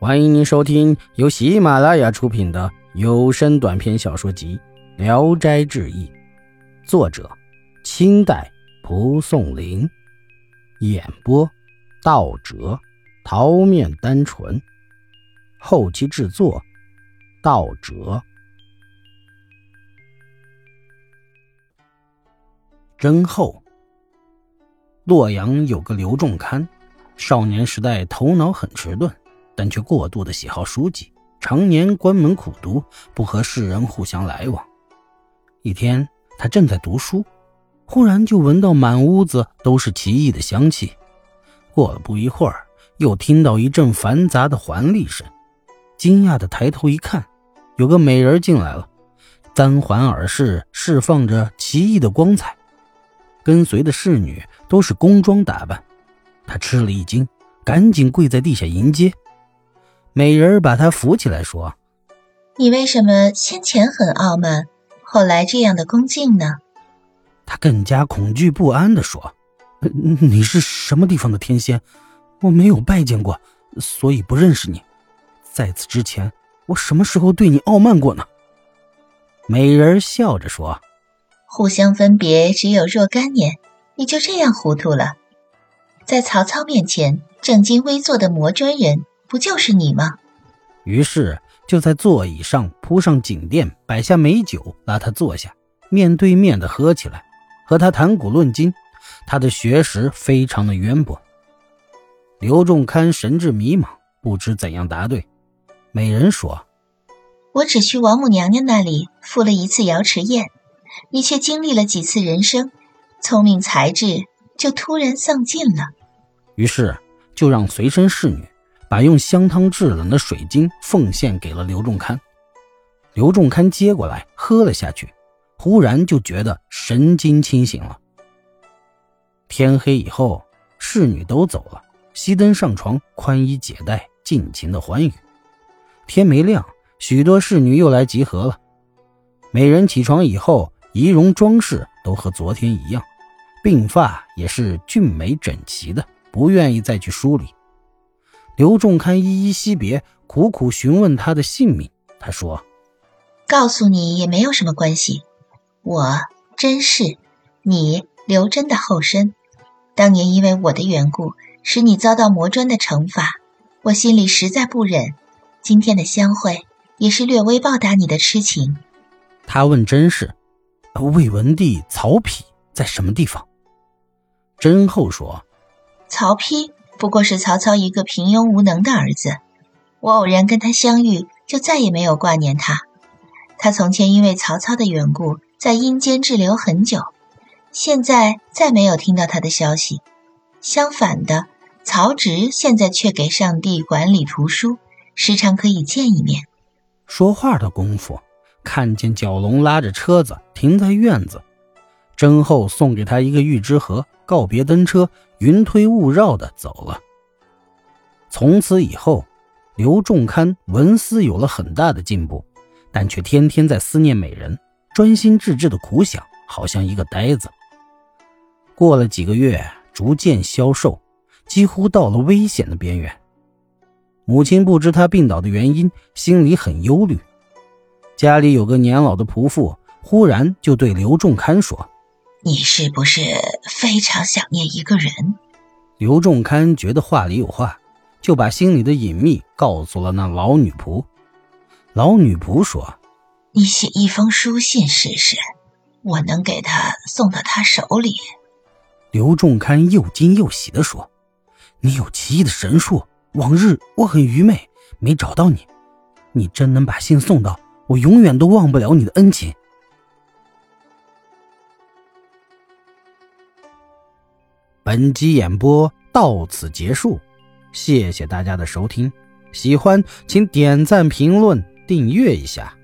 欢迎您收听由喜马拉雅出品的有声短篇小说集《聊斋志异》，作者清代蒲松龄，演播道哲、桃面单纯，后期制作道哲。真后，洛阳有个刘仲堪，少年时代头脑很迟钝，但却过度的喜好书籍，常年关门苦读，不和世人互相来往。一天，他正在读书，忽然就闻到满屋子都是奇异的香气。过了不一会儿，又听到一阵繁杂的环立声，惊讶地抬头一看，有个美人进来了，簪环耳饰释放着奇异的光彩，跟随的侍女都是宫装打扮。他吃了一惊，赶紧跪在地下迎接。美人把他扶起来说：“ 你为什么先前很傲慢，后来这样的恭敬呢？” 他更加恐惧不安地说：“你是什么地方的天仙？我没有拜见过，所以不认识你。在此之前，我什么时候对你傲慢过呢？”美人笑着说：“ 互相分别只有若干年，你就这样糊涂了？在曹操面前正襟危坐的磨砖人，不就是你吗？” 于是就在座椅上铺上锦垫，摆下美酒，拉他坐下，面对面地喝起来，和他谈古论今。他的学识非常的渊博。刘仲堪神志迷茫，不知怎样答对。美人说：“ 我只去王母娘娘那里赴了一次瑶池宴，你却经历了几次人生，聪明才智就突然丧尽了。” 于是就让随身侍女把用香汤制冷的水晶奉献给了刘仲堪。刘仲堪接过来喝了下去，忽然就觉得神经清醒了。天黑以后，侍女都走了，熄灯上床，宽衣解带，尽情的欢愉。天没亮，许多侍女又来集合了。每人起床以后，仪容装饰都和昨天一样，鬓发也是俊美整齐的，不愿意再去梳理。刘仲堪一一惜别，苦苦询问他的姓名。他说：“ 告诉你也没有什么关系，我甄氏，你刘真的后身。当年因为我的缘故，使你遭到磨砖的惩罚，我心里实在不忍。今天的相会，也是略微报答你的痴情。” 他问甄氏：“魏文帝曹丕在什么地方？”甄后说：“ 曹丕不过是曹操一个平庸无能的儿子，我偶然跟他相遇，就再也没有挂念他。他从前因为曹操的缘故，在阴间滞留很久，现在再没有听到他的消息。相反的，曹植现在却给上帝管理图书，时常可以见一面。” 说话的功夫，看见蛟龙拉着车子停在院子，甄后送给他一个玉之盒，告别登车，云推雾绕地走了。从此以后，刘仲堪文思有了很大的进步，但却天天在思念美人，专心致志的苦想，好像一个呆子。过了几个月，逐渐消瘦，几乎到了危险的边缘。母亲不知他病倒的原因，心里很忧虑。家里有个年老的仆妇，忽然就对刘仲堪说：“ 你是不是非常想念一个人？” 刘仲堪觉得话里有话，就把心里的隐秘告诉了那老女仆。老女仆说：“ 你写一封书信试试，我能给他送到他手里。” 刘仲堪又惊又喜地说：“你有奇异的神术，往日我很愚昧，没找到你。你真能把信送到，我永远都忘不了你的恩情。”本集演播到此结束，谢谢大家的收听，喜欢请点赞、评论、订阅一下。